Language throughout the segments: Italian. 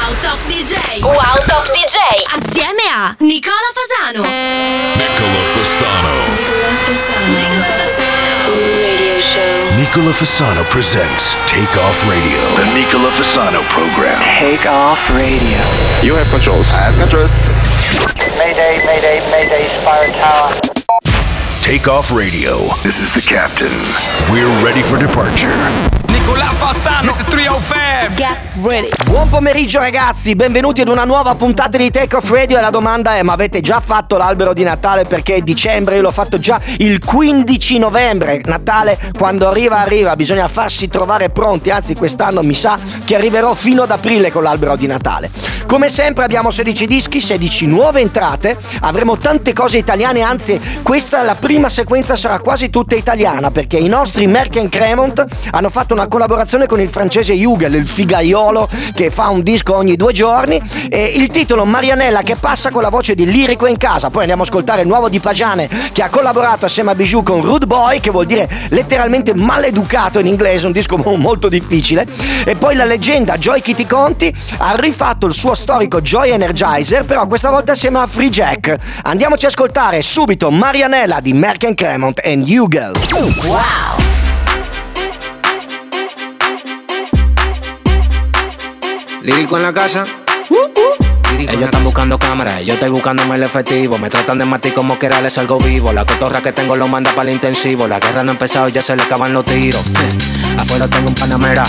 Wow Top DJ. Wow Top DJ. Assieme a Nicola Fasano. Nicola Fasano. Radio show. Nicola Fasano presents Take Off Radio. The Nicola Fasano program. Take Off Radio. You have controls. I have controls. Mayday, mayday, mayday, Spire Tower. Take Off Radio. This is the captain. We're ready for departure. Nicola Fasano, Mr. 305. Get ready. Buon pomeriggio ragazzi, benvenuti ad una nuova puntata di Take Off Radio e la domanda è: ma avete già fatto l'albero di Natale? Perché è dicembre, io l'ho fatto già il 15 novembre. Natale quando arriva, bisogna farsi trovare pronti, anzi quest'anno mi sa che arriverò fino ad aprile con l'albero di Natale. Come sempre abbiamo 16 dischi, 16 nuove entrate, avremo tante cose italiane, anzi questa la prima sequenza sarà quasi tutta italiana perché i nostri Merck & Cremont hanno fatto una collaborazione con il francese Hugel, il figaiolo che fa un disco ogni 2 giorni, e il titolo Marianella che passa con la voce di Lirico in casa. Poi andiamo a ascoltare il nuovo di Pagiane che ha collaborato assieme a Bijou con Rude Boy, che vuol dire letteralmente maleducato in inglese, un disco molto difficile, e poi la leggenda Joy Kitty Conti ha rifatto il suo storico Joy Energizer, però questa volta assieme a Free Jack. Andiamoci a ascoltare subito Marianella di Merck & Cremont and Hugel. Wow. Lírico en la casa. Ellos están buscando cámaras, yo estoy buscándome el efectivo. Me tratan de matar como quiera les salgo vivo. La cotorra que tengo lo manda para el intensivo. La guerra no ha empezado y ya se le acaban los tiros. Afuera tengo un panamera.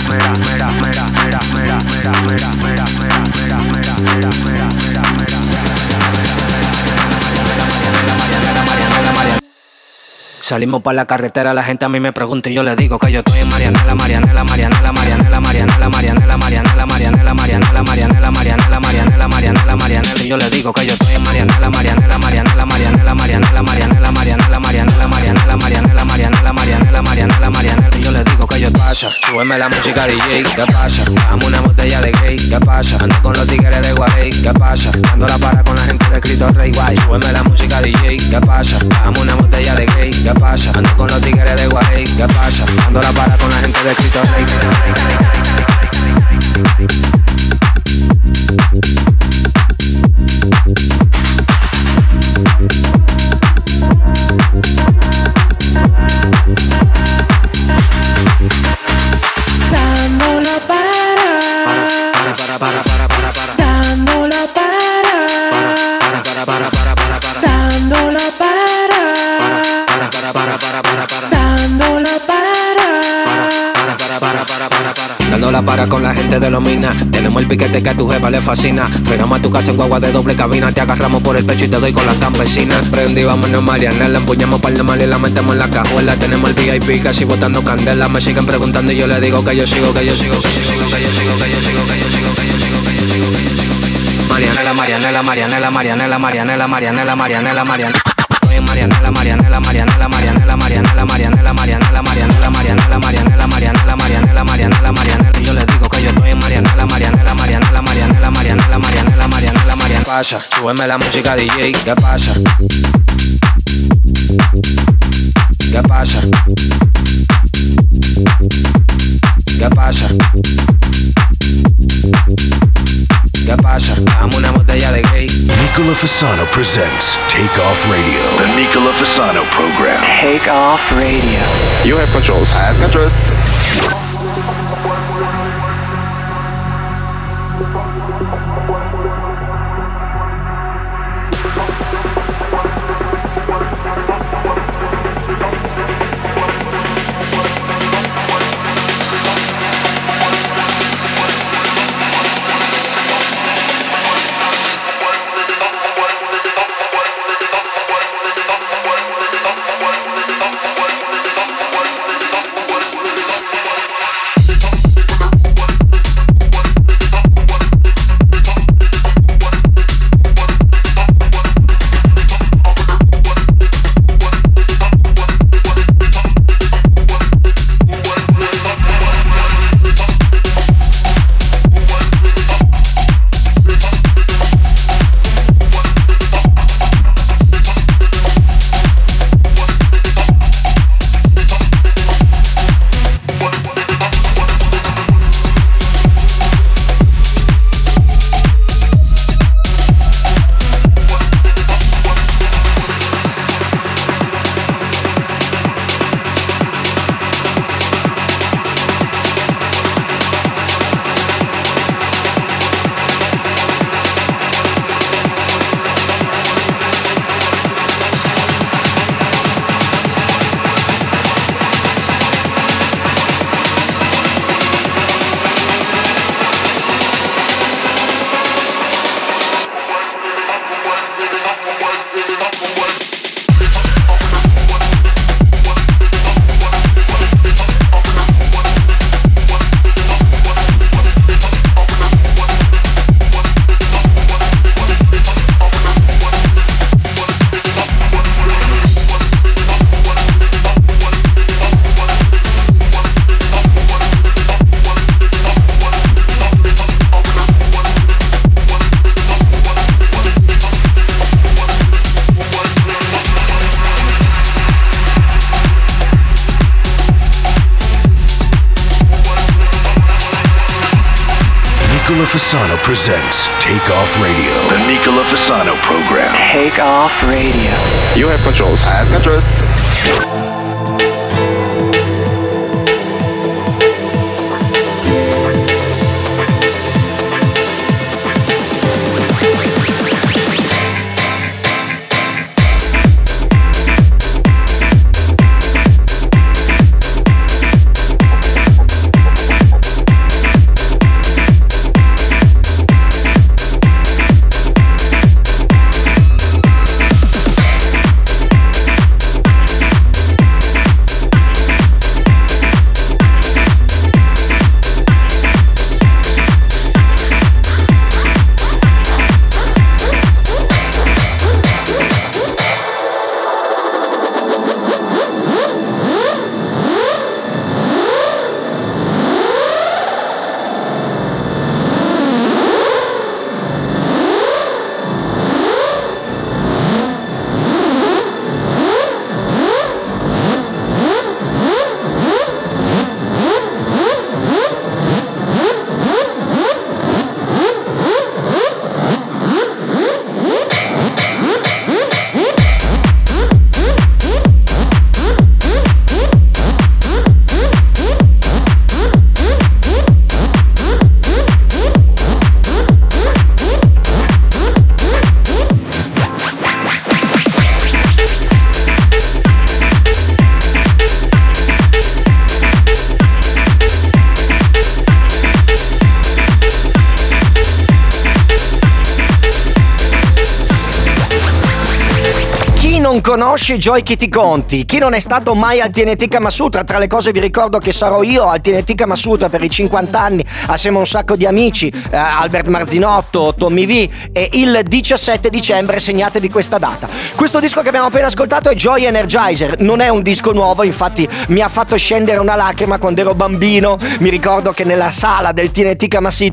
Salimos para la carretera, la gente a mí me pregunta y yo le digo que yo estoy en Marianela, Marianela, Marianela, Marianela, Marianela, Marianela, Marianela, Marianela, Marianela, Marianela, Marianela, Marianela, Marianela, Marianela, y yo le digo que yo estoy en Marianela, Marianela, Marianela, Marianela, Marianela, Marianela, Marianela, Marianela, Marianela, Marianela, Marianela, Marianela, Marianela, Marianela, y yo le digo que yo pasa. Súbeme la música DJ, ¿qué pasa? Dame una botella de gay, ¿qué pasa? Ando con los tigres de Guay, ¿qué pasa? Ando la para con la gente de Cristo Rey Guay. Súbeme la música DJ, ¿qué pasa? Dame una botella de gay, ¿qué pasa? Ando con los tigres de Guay, ¿qué pasa? Ando la para con la gente de Cristo Rey. Dándolo para. Dándolo para. Dándolo para. Dándolo para. Dándola para con la gente de los minas. Tenemos el piquete que a tu jefa le fascina. Frenamos a tu casa en guagua de doble cabina. Te agarramos por el pecho y te doy con las campesinas. Prendí, vámonos Marianela. Empuñamos par de mal y la metemos en la cajuela. Tenemos el VIP casi botando candela. Me siguen preguntando y yo le digo que yo sigo, que yo sigo, que yo sigo, que yo sigo, que yo sigo, que yo sigo, que yo sigo, que yo sigo, que yo sigo. Marianela, Marianela, Marianela, Marianela, Marianela, Marianela, Marianela, Marianela. Marianela, Marianela, Marianela, Marianela, Marianela, Marianela, Marianela, Marianela, Marianela, Marianela, Marianela, Marianela, Marianela, Marianela, y yo le digo que yo estoy en Marianela, Marianela, Marianela, Marianela, Marianela, Marianela, Marianela, Marianela. Pasa, súbeme la música DJ, ¿qué pasa? ¿Qué pasa? ¿Qué pasa? ¿Qué pasa? Dame una botella de gay. Nicola Fasano presents Take Off Radio. The Nicola Fasano program. Take Off Radio. You have controls. I have controls. Nicola Fasano presents Take Off Radio. The Nicola Fasano program. Take Off Radio. You have controls. I have controls. Non conosce Joy Kitty Conti? Chi non è stato mai al TNT Kamasutra? Tra le cose vi ricordo che sarò io al TNT Kamasutra per i 50 anni assieme a un sacco di amici, Albert Marzinotto, Tommy V, e il 17 dicembre segnatevi questa data. Questo disco che abbiamo appena ascoltato è Joy Energizer, non è un disco nuovo, infatti mi ha fatto scendere una lacrima quando ero bambino. Mi ricordo che nella sala del TNT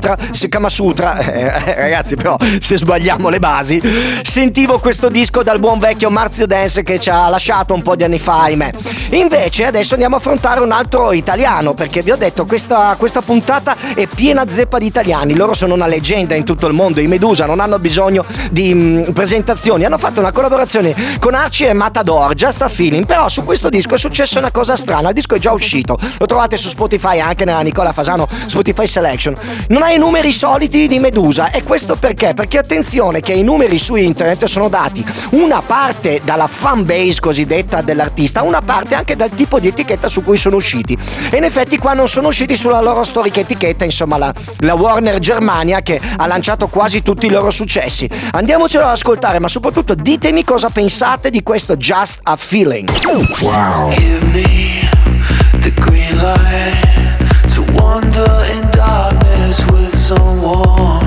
Kamasutra, ragazzi, però se sbagliamo le basi, sentivo questo disco dal buon vecchio Marzio Dance che ci ha lasciato un po' di anni fa, ahimè. Invece adesso andiamo a affrontare un altro italiano, perché vi ho detto questa puntata è piena zeppa di italiani. Loro sono una leggenda in tutto il mondo, i Medusa non hanno bisogno di presentazioni. Hanno fatto una collaborazione con Archie e Matador, Just a Feeling. Però su questo disco è successa una cosa strana. Il disco è già uscito, lo trovate su Spotify, anche nella Nicola Fasano Spotify Selection. Non ha i numeri soliti di Medusa, e questo perché? Perché attenzione che i numeri su internet sono dati una parte dalla fan base cosiddetta dell'artista, una parte anche dal tipo di etichetta su cui sono usciti, e in effetti qua non sono usciti sulla loro storica etichetta, insomma la Warner Germania, che ha lanciato quasi tutti i loro successi. Andiamocelo ad ascoltare, ma soprattutto ditemi cosa pensate di questo Just a Feeling. Wow. Give me the green light to wander in darkness with someone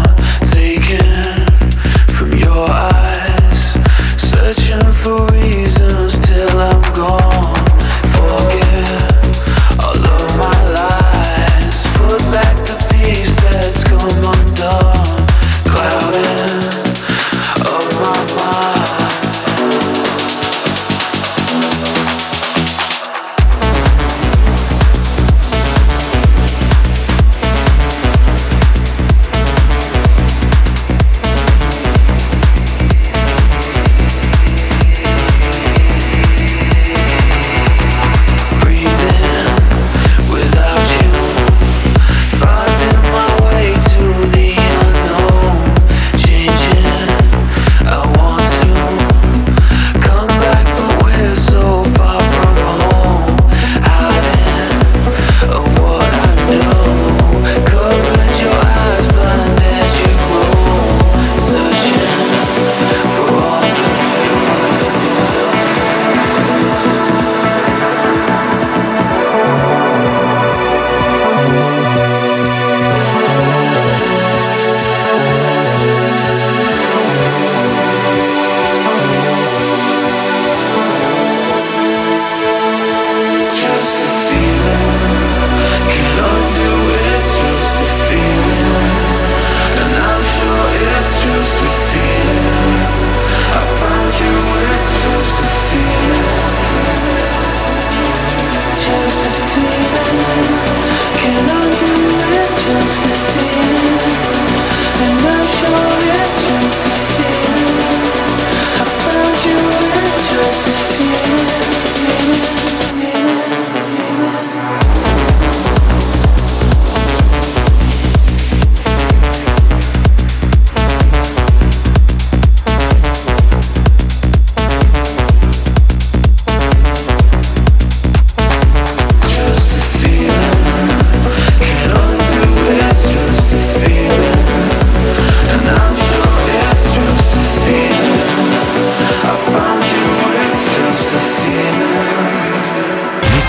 taken from your eyes, searching for reasons till I'm gone. Forget all of my lies, put back the piece that's come undone, clouding up my mind.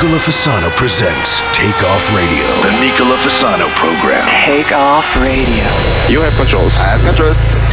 Nicola Fasano presents Take Off Radio. The Nicola Fasano program. Take Off Radio. You have controls. I have controls.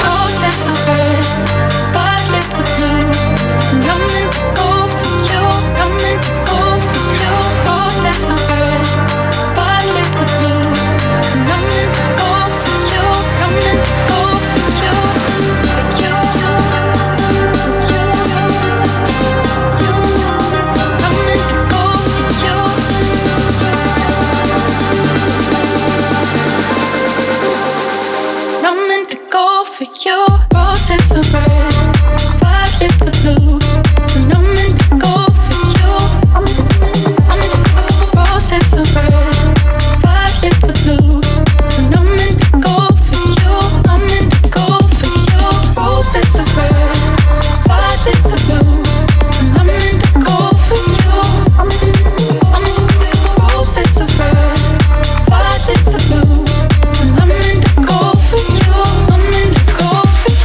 You roses are red, violets are blue, and I'm meant to go for you. I'm meant to go. Roses are red, violets are blue, and I'm meant to go for you. I'm meant to go for you. Roses are red, violets are blue, and I'm meant to go for you. I'm meant to go. Roses are red, violets are blue, and I'm meant to go for you. I'm meant to go.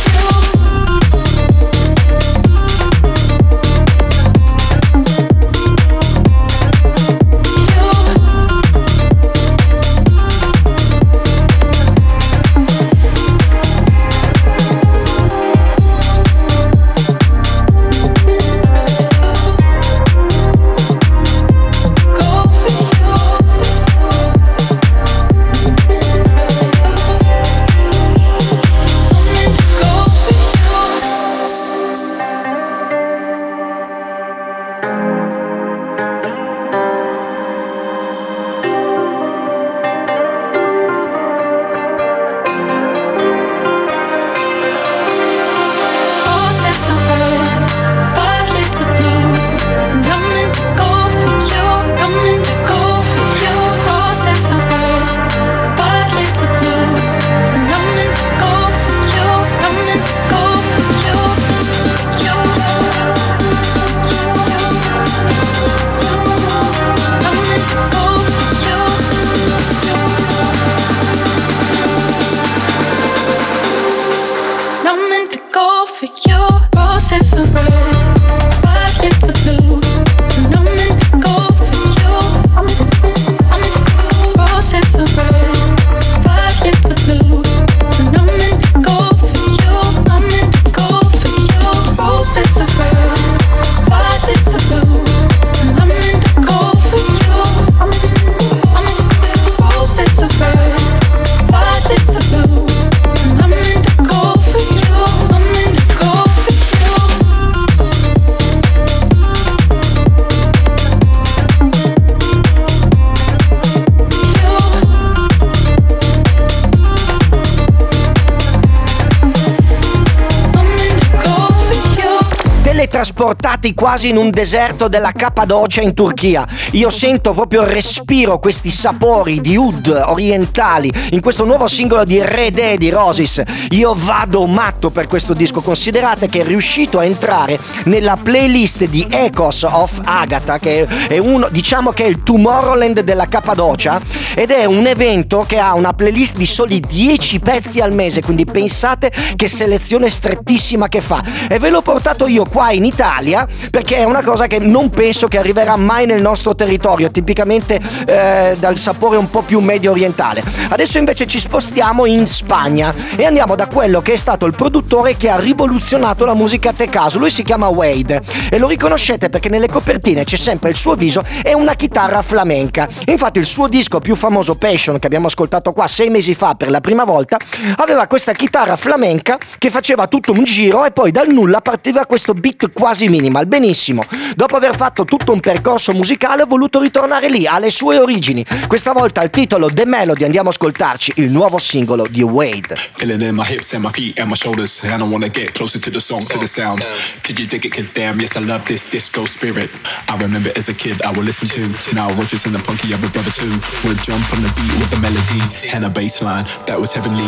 Trasportati quasi in un deserto della Cappadocia in Turchia. Io sento proprio il respiro, questi sapori di oud orientali in questo nuovo singolo di Redè di Rosis. Io vado matto per questo disco. Considerate che è riuscito a entrare nella playlist di Echoes of Agatha, che è uno, diciamo che è il Tomorrowland della Cappadocia, ed è un evento che ha una playlist di soli 10 pezzi al mese, quindi pensate che selezione strettissima che fa. E ve l'ho portato io qua in Italia perché è una cosa che non penso che arriverà mai nel nostro territorio, tipicamente dal sapore un po' più medio orientale. Adesso invece ci spostiamo in Spagna e andiamo da quello che è stato il produttore che ha rivoluzionato la musica tech house. Lui si chiama Wade e lo riconoscete perché nelle copertine c'è sempre il suo viso e una chitarra flamenca. Infatti il suo disco più famoso, Passion, che abbiamo ascoltato qua 6 mesi fa per la prima volta, aveva questa chitarra flamenca che faceva tutto un giro e poi dal nulla partiva questo beat quasi minimal. Benissimo, dopo aver fatto tutto un percorso musicale ho voluto ritornare lì alle sue origini, questa volta al titolo The Melody. Andiamo a ascoltarci il nuovo singolo di Wade. Feeling in my hips and my feet and my shoulders, and I wanna get closer to the song, to the sound. Could you dig it? 'Cause damn, yes I love this disco spirit. I remember as a kid I would listen to. Now Rogers and the Funky, I have a brother too. Would jump on the beat with the melody and a bass line that was heavenly.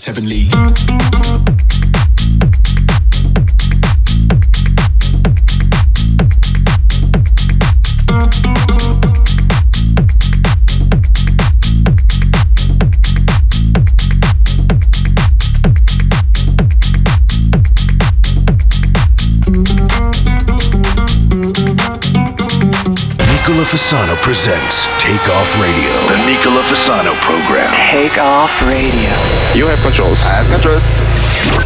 was heavenly. Nicola Fasano presents Take Off Radio. The Nicola Fasano program. Take Off Radio. You have controls. I have controls.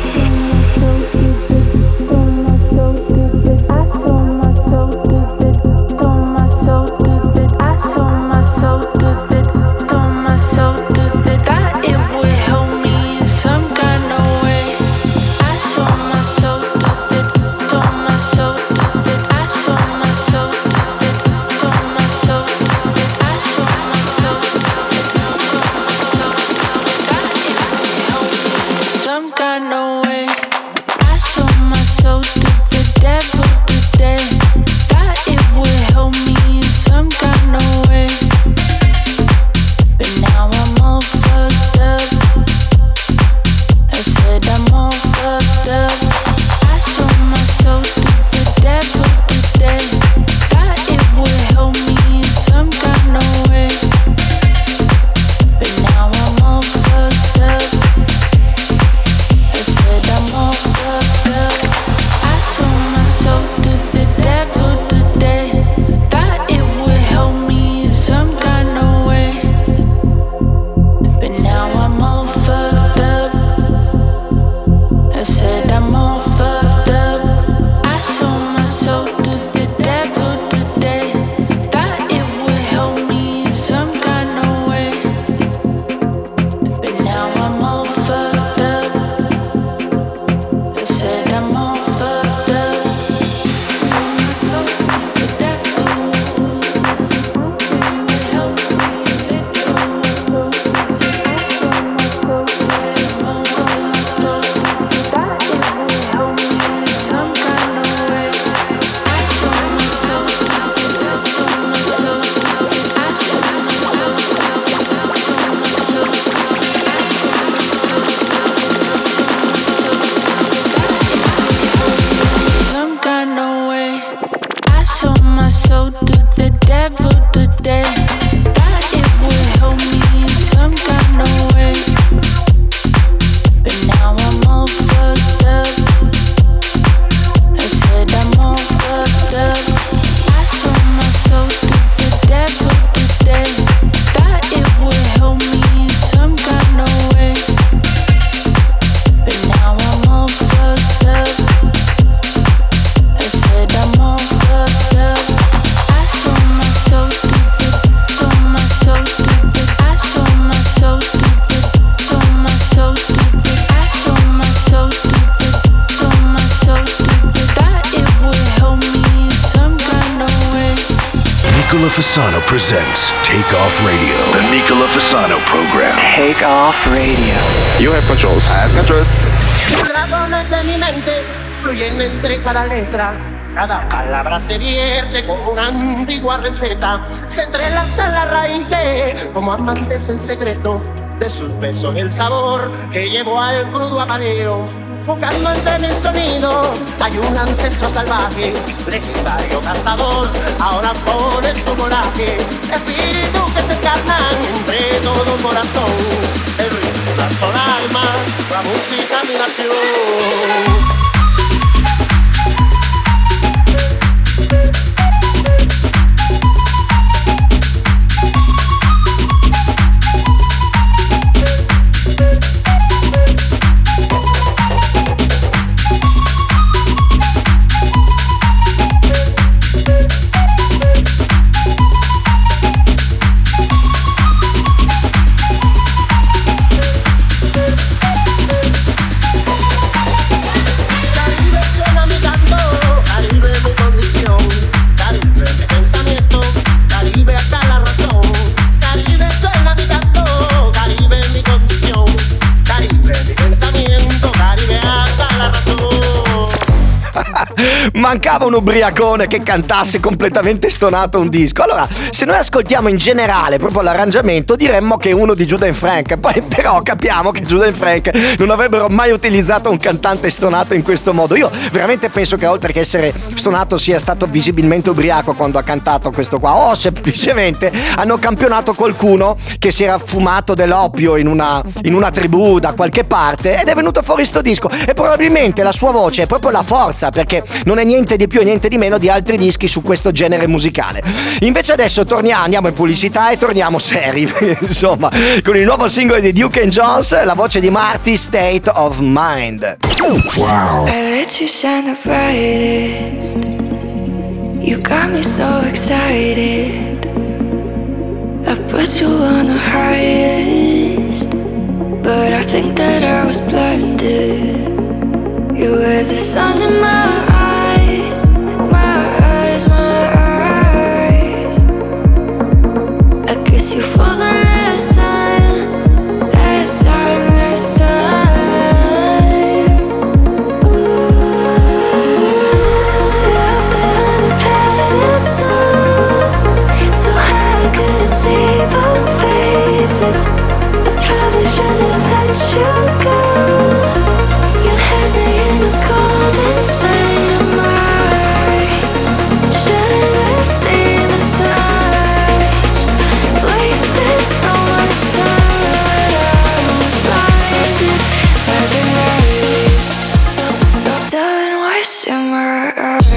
Nicola Fasano presents Take Off Radio. The Nicola Fasano program. Take Off Radio. You have controls. I have controls. Dragones de mi mente fluyen entre cada letra. Cada palabra se vierte como una antigua receta. Se entrelazan las raíces como amantes en secreto. De sus besos el sabor que llevó al crudo amadeo. Buscando entre mis sonidos hay un ancestro salvaje, legendario cazador, ahora pone su moraje. Espíritu que se encarnan entre todo corazón. El ritmo, la sola alma, la música, mi nación. mancava un ubriacone che cantasse completamente stonato un disco. Allora, se noi ascoltiamo in generale proprio l'arrangiamento, diremmo che è uno di Judah and Frank. Poi però capiamo che Judah and Frank non avrebbero mai utilizzato un cantante stonato in questo modo. Io veramente penso che oltre che essere stonato sia stato visibilmente ubriaco quando ha cantato questo qua, o semplicemente hanno campionato qualcuno che si era fumato dell'oppio in una tribù da qualche parte ed è venuto fuori sto disco. E probabilmente la sua voce è proprio la forza, perché non è niente di più e niente di meno di altri dischi su questo genere musicale. Invece adesso andiamo in pubblicità e torniamo seri insomma, con il nuovo singolo di Duke and Jones, la voce di Marty, State of Mind. Wow. I let you celebrate it. You got me so excited. I put you on the highest, but I think that I was blinded. You were the sun in my eyes, my eyes, my eyes. I kiss you for the last time, last time, last time. Ooh, up there on the pedestal, so high I couldn't see those faces. I probably shouldn't let you go. You had me in a golden state of mind. Should have seen the signs. Wasted so much time. I was blinded by the light. The sun was in my eyes.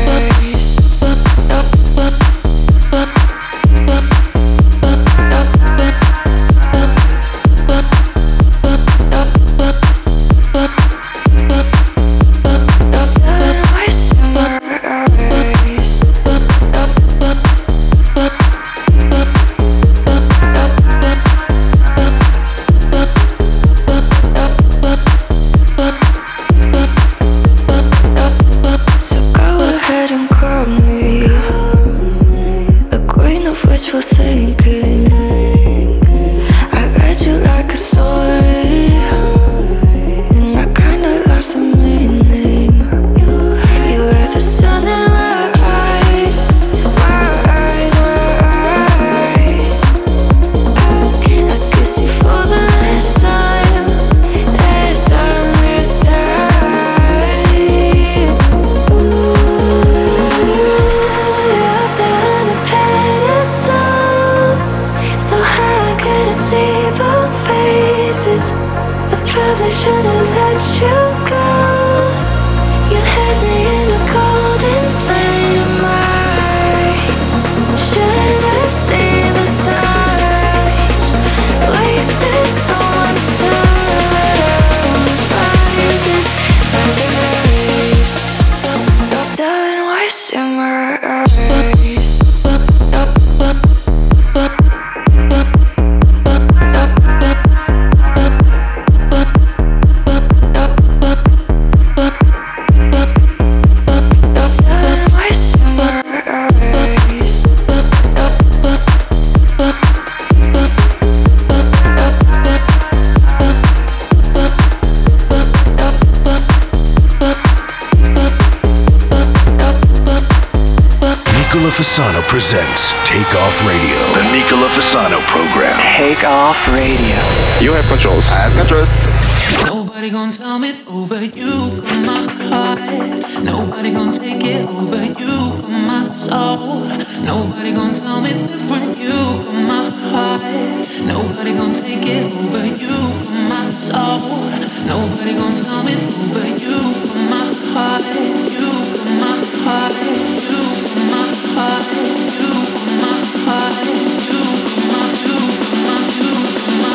Fasano presents Take Off Radio. The Nicola Fasano program. Take Off Radio. You have controls. I have controls. Nobody gonna tell me over you, got my heart. Nobody gonna take it over you, got my soul. Nobody gonna tell me different, you got my heart. Nobody gonna take it over you, got my soul. Nobody gonna tell me over you, got my heart. You got my heart. You got my heart. You got my heart. You got my, you got my, you got my,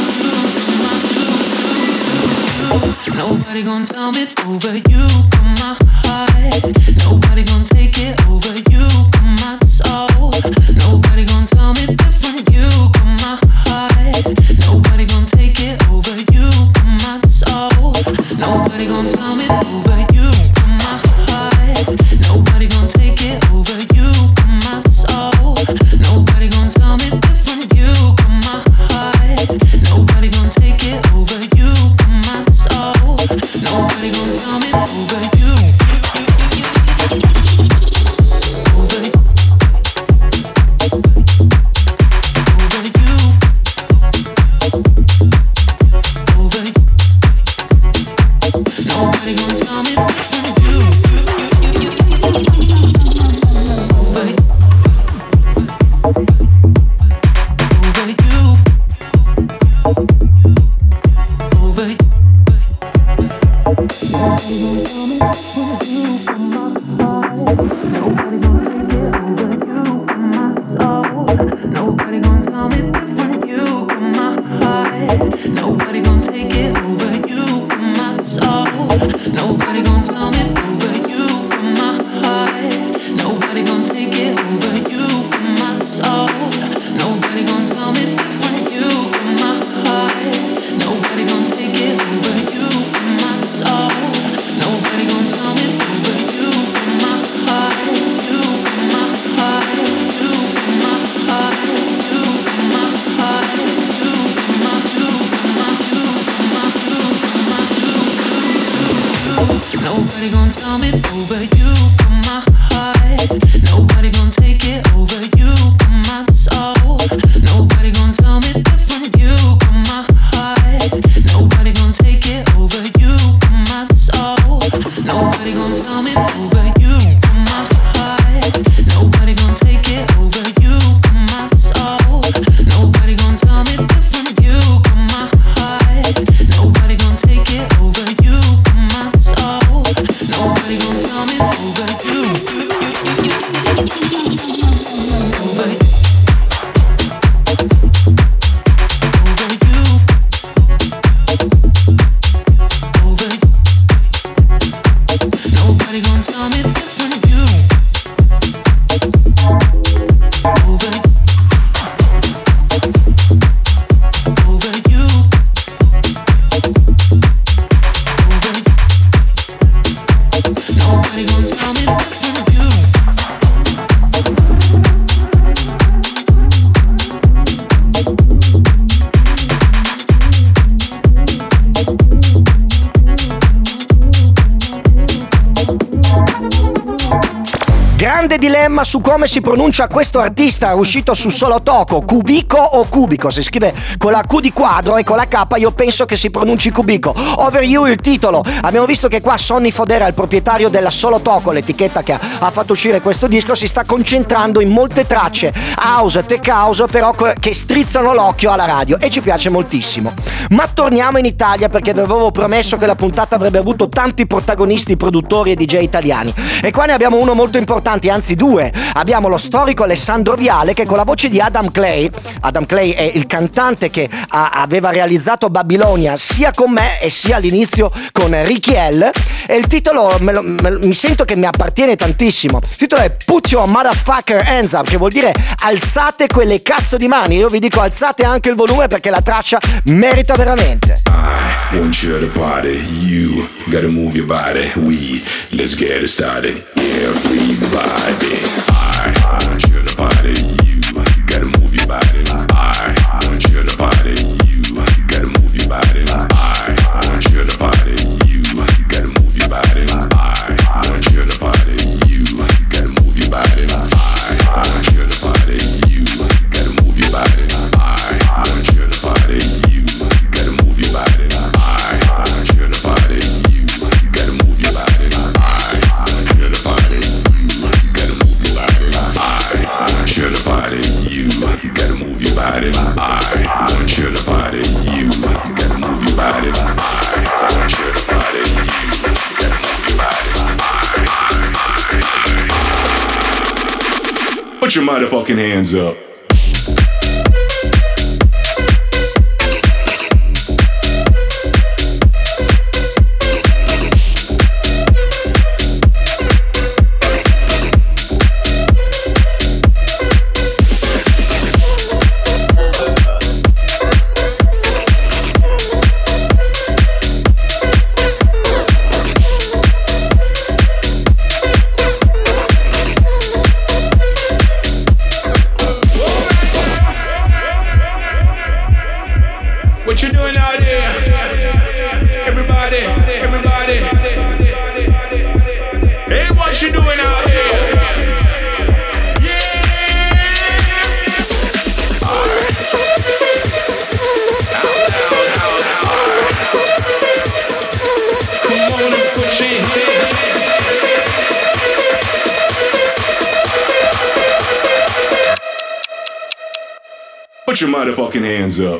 you got my. Nobody gonna tell me over you, got my heart. Nobody gonna take it over you, got my soul. Nobody gonna tell me different, you got my heart. Nobody gonna take it over you, got my soul. Nobody gonna tell me over you, got my heart. Nobody gonna take it over you, got my soul. Nobody gonna tell me different, you got my heart. Nobody gonna take it over you, got my soul. Nobody gonna tell me over you. Grande dilemma su come si pronuncia questo artista uscito su Solo Toco, Cubico o Cubico, si scrive con la Q di quadro e con la K, io penso che si pronunci Cubico. Over You il titolo, abbiamo visto che qua Sonny Fodera, il proprietario della Solo Toco, l'etichetta che ha fatto uscire questo disco, si sta concentrando in molte tracce house, tech house, però che strizzano l'occhio alla radio e ci piace moltissimo. Ma torniamo in Italia perché vi avevo promesso che la puntata avrebbe avuto tanti protagonisti, produttori e DJ italiani e qua ne abbiamo uno molto importante, anzi due. Abbiamo lo storico Alessandro Viale che con la voce di Adam Clay è il cantante che aveva realizzato Babilonia sia con me e sia all'inizio con Ricky L, e il titolo mi sento che mi appartiene tantissimo. Il titolo è Put Your Motherfucker Hands Up, che vuol dire alzate quelle cazzo di mani. Io vi dico alzate anche il volume perché la traccia merita veramente. I want you to party, you gotta move your body, let's get it started, everybody. I want you to party, you gotta move your body. I want you to party, you gotta move your body. I want you to party, you gotta move your body. I want you to party, you gotta move your body. I want you to party, you gotta move your body. I want you to party, you gotta move your body. I want you to party, you gotta move your body. I want you to party, you gotta move your body. I want you to party, you gotta move your body. I want you to party, you gotta move your body. I want you to party, you gotta move your body. Put your motherfucking hands up. Put your motherfucking hands up.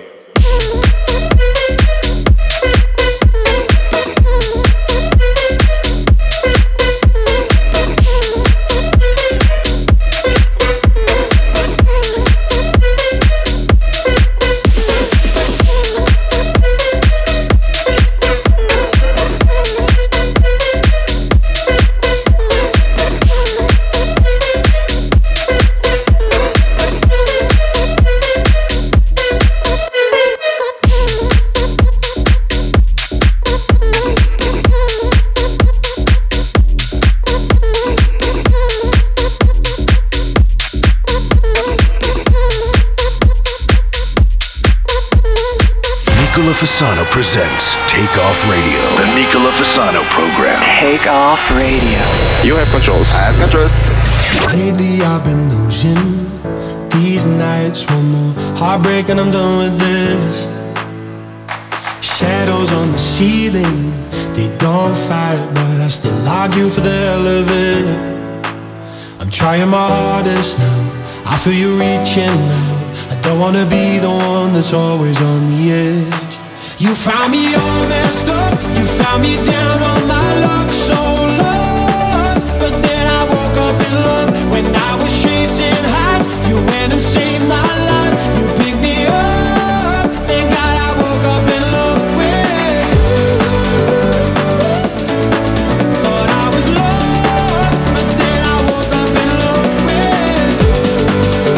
Nicola Fasano presents Take Off Radio. The Nicola Fasano program. Take Off Radio. You have controls. I have controls. Lately I've been losing these nights. One more heartbreak and I'm done with this. Shadows on the ceiling, they don't fight, but I still argue for the hell of it. I'm trying my hardest now, I feel you reaching now. I don't wanna be the one that's always on the edge. You found me all messed up, you found me down on my luck, so lost. But then I woke up in love when I was chasing highs. You went and saved my life, you picked me up. Thank God I woke up in love with you. Thought I was lost, but then I woke up in love with you.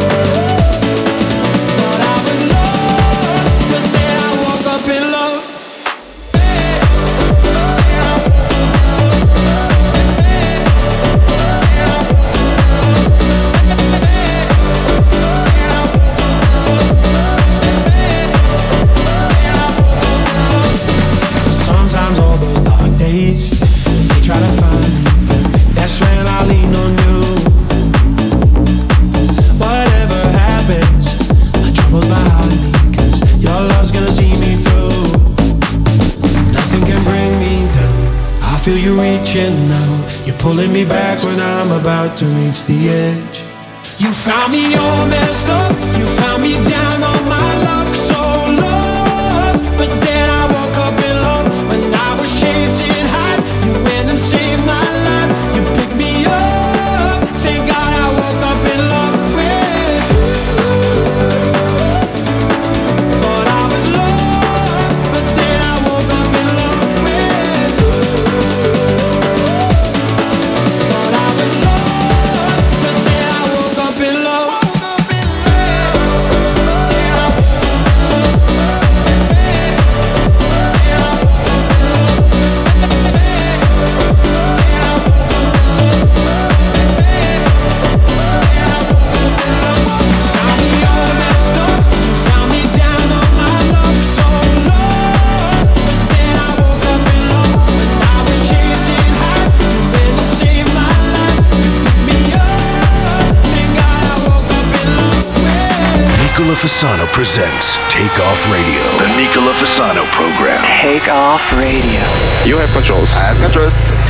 Thought I was lost, but then I woke up in love. Sometimes all those dark days, they try to find me. That's when I lean on you. Whatever happens, my trouble's behind me, 'cause your love's gonna see me through. Nothing can bring me down, I feel you reaching now. You're pulling me back when I'm about to reach the edge. You found me all messed up, you found me down on my luck, so lost. But then I woke up in love when I was chasing highs. You went and saved my life, you picked me up. Thank God I woke up in love with you. Thought I was lost, but then I woke up in love with you. Thought I was lost, but then I woke up in love. Found me all messed up, you found me down on my luck, so lost. But then I woke up in love when I was chasing highs. You went and saved my life, you picked me up. Thank God I woke up in love with you. Nicola Fasano presents Take Off Radio. The Nicola Fasano program. Take Off Radio. You have controls. I have controls.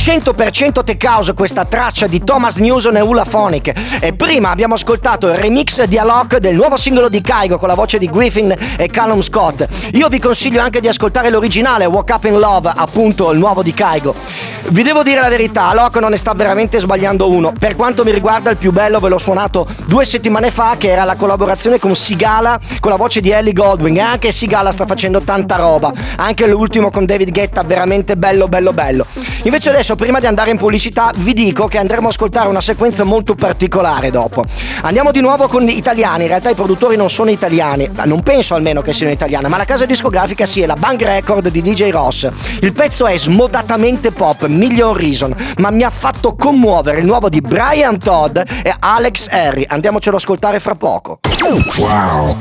100% tech house questa traccia di Thomas Newson e Ulaphonic. E prima abbiamo ascoltato il remix di Alok del nuovo singolo di Kygo con la voce di Griffin e Callum Scott. Io vi consiglio anche di ascoltare l'originale Woke Up in Love, appunto il nuovo di Kygo. Vi devo dire la verità, Alok non ne sta veramente sbagliando uno. Per quanto mi riguarda, il più bello ve l'ho suonato 2 settimane fa, che era la collaborazione con Sigala con la voce di Ellie Goldwyn. E anche Sigala sta facendo tanta roba, anche l'ultimo con David Guetta, veramente bello. Invece adesso, prima di andare in pubblicità, vi dico che andremo a ascoltare una sequenza molto particolare dopo. Andiamo di nuovo con gli italiani. In realtà i produttori non sono italiani, non penso almeno che siano italiani, ma la casa discografica sì, è la Bang Record di DJ Ross. Il pezzo è smodatamente pop, Million Reason, ma mi ha fatto commuovere il nuovo di Brian Todd e Alex Harry. Andiamocelo ad ascoltare fra poco. Wow.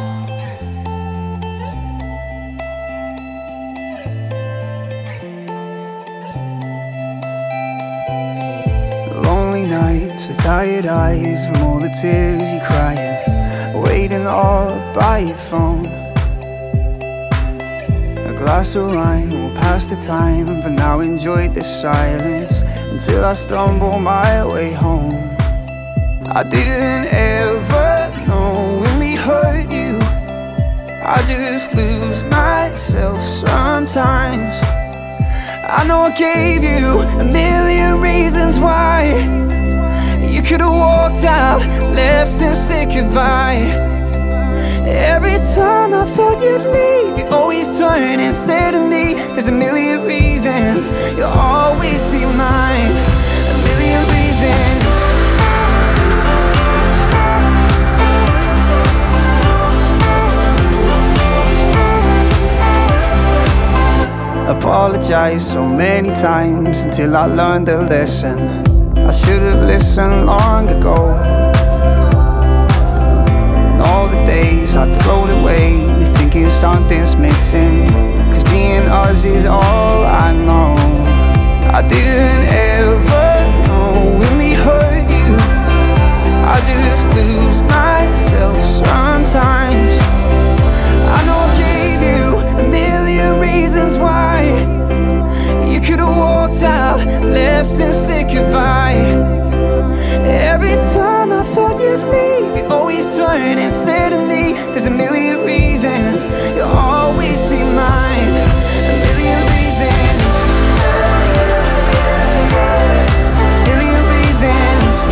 Lonely nights, the tired eyes from all the tears you're crying, waiting all by your phone. A glass of wine will pass the time, but now enjoy the silence until I stumble my way home. I didn't ever knowingly hurt you, I just lose myself sometimes. I know I gave you a million reasons why you could have walked out, left and said goodbye. Every time I thought you'd leave, you always turn and say to me, there's a million reasons, you'll always be mine. A million reasons. Apologize so many times until I learned the lesson. I should have listened long ago. And all the days I'd float away thinking something's missing, 'cause being us is all I know. I didn't ever knowingly hurt you, I just lose myself sometimes. I know I gave you a million reasons why you could have walked out, left and said goodbye. Every time I thought you'd leave, you always turn and say to me, there's a million reasons, you'll always be mine. A million reasons. Million reasons.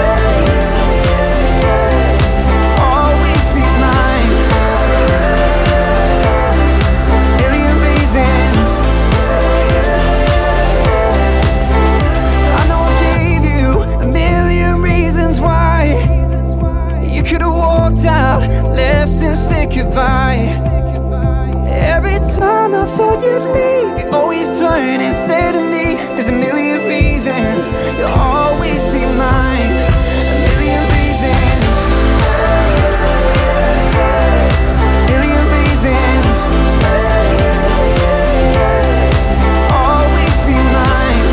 Always be mine. Million reasons. I know I gave you a million reasons why you could have walked out, left and said goodbye. Every time I thought you'd leave, you always turn and say to me, there's a million reasons, you'll always be mine. A million reasons. Million reasons. Always be mine.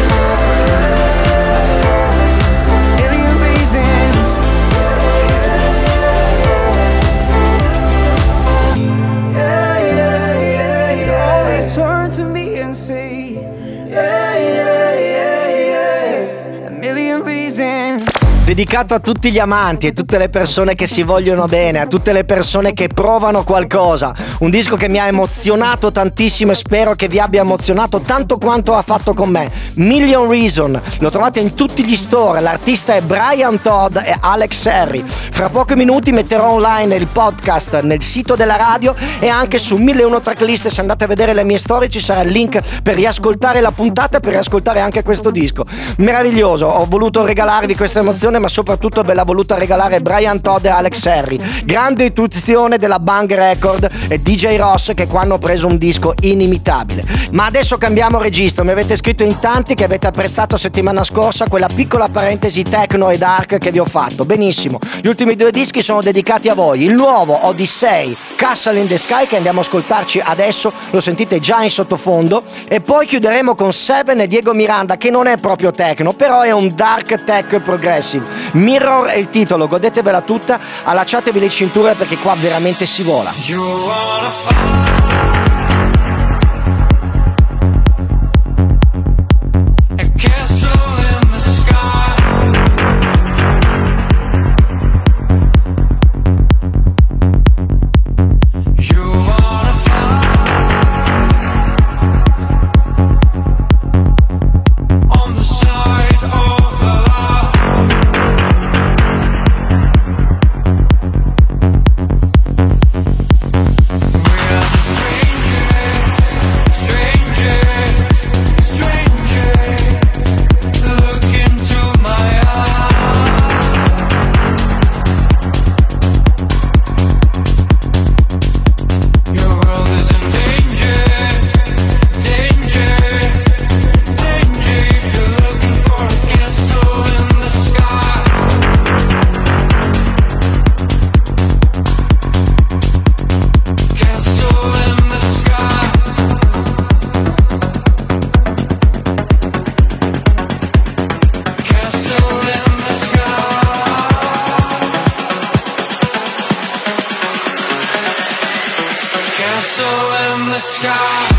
Million reasons. You always turn to me and say, a million reasons. Dedicato a tutti gli amanti e tutte le persone che si vogliono bene, a tutte le persone che provano qualcosa. Un disco che mi ha emozionato tantissimo e spero che vi abbia emozionato tanto quanto ha fatto con me. Million Reason, lo trovate in tutti gli store, l'artista è Brian Todd e Alex Harry. Fra pochi minuti metterò online il podcast nel sito della radio e anche su 1001 Tracklist. Se andate a vedere le mie storie ci sarà il link per riascoltare la puntata e per riascoltare anche questo disco. Meraviglioso, ho voluto regalarvi questa emozione, ma soprattutto ve l'ha voluta regalare Brian Todd e Alex Harry. Grande intuizione della Bang Record e DJ Ross, che qua hanno preso un disco inimitabile. Ma adesso cambiamo registro. Mi avete scritto in tanti che avete apprezzato settimana scorsa quella piccola parentesi techno e dark che vi ho fatto. Benissimo, gli ultimi 2 dischi sono dedicati a voi. Il nuovo Odyssey, Castle in the Sky, che andiamo a ascoltarci adesso, lo sentite già in sottofondo, e poi chiuderemo con Seven e Diego Miranda, che non è proprio techno, però è un dark tech progressive. Mirror è il titolo, godetevela tutta, allacciatevi le cinture perché qua veramente si vola. I guess sky.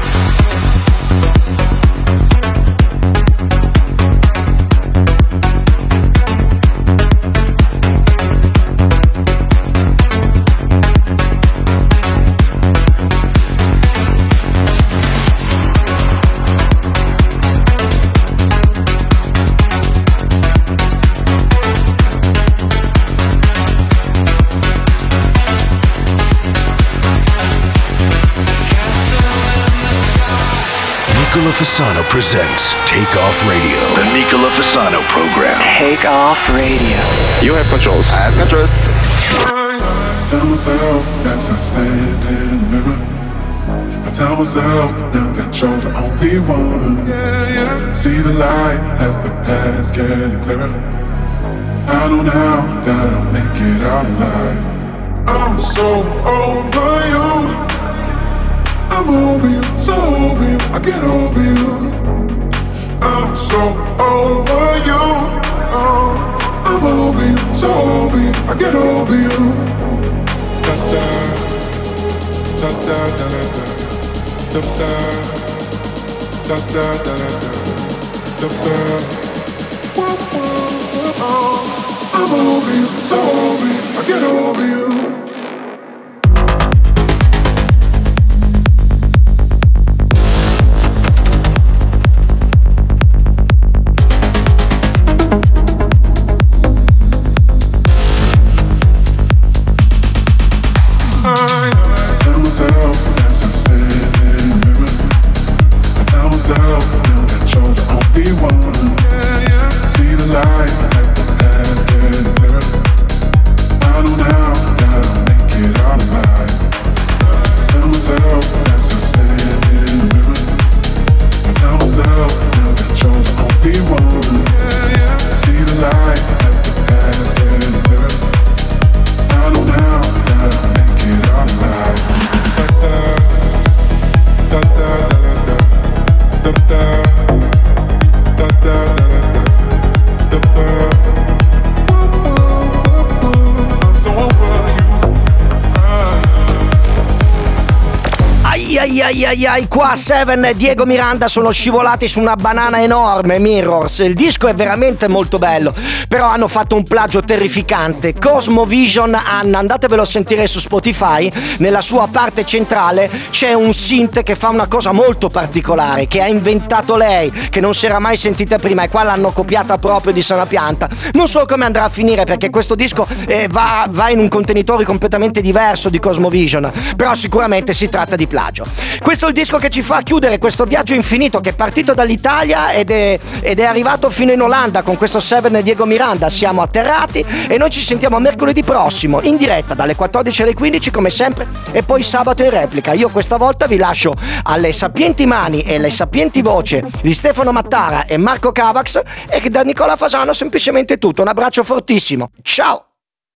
Nicola Fasano presents Take Off Radio. The Nicola Fasano program. Take Off Radio. You have controls. I have controls. I tell myself as I stand in the mirror, I tell myself now that you're the only one. See the light as the path's getting clearer. I know now that I'll make it out alive. I'm so over you. I'm over you, so over you, I get over you. I'm so over you. Oh, I'm over you, so over you, I get over you. Da da da da da da da da da da da da. I'm over you, so over you, I get over you. Ai, qua Seven e Diego Miranda sono scivolati su una banana enorme. Mirrors, il disco è veramente molto bello, però hanno fatto un plagio terrificante. Cosmovision Anna, andatevelo a sentire su Spotify. Nella sua parte centrale c'è un synth che fa una cosa molto particolare, che ha inventato lei, che non si era mai sentita prima, e qua l'hanno copiata proprio di sana pianta. Non so come andrà a finire, perché questo disco va in un contenitore completamente diverso di Cosmovision, però sicuramente si tratta di plagio. Questo è il disco che ci fa chiudere questo viaggio infinito, che è partito dall'Italia ed è arrivato fino in Olanda con questo Seven e Diego Miranda. Siamo atterrati e noi ci sentiamo mercoledì prossimo in diretta dalle 14 alle 15 come sempre, e poi sabato in replica. Io questa volta vi lascio alle sapienti mani e alle sapienti voci di Stefano Mattara e Marco Cavax, e da Nicola Fasano semplicemente tutto. Un abbraccio fortissimo, ciao!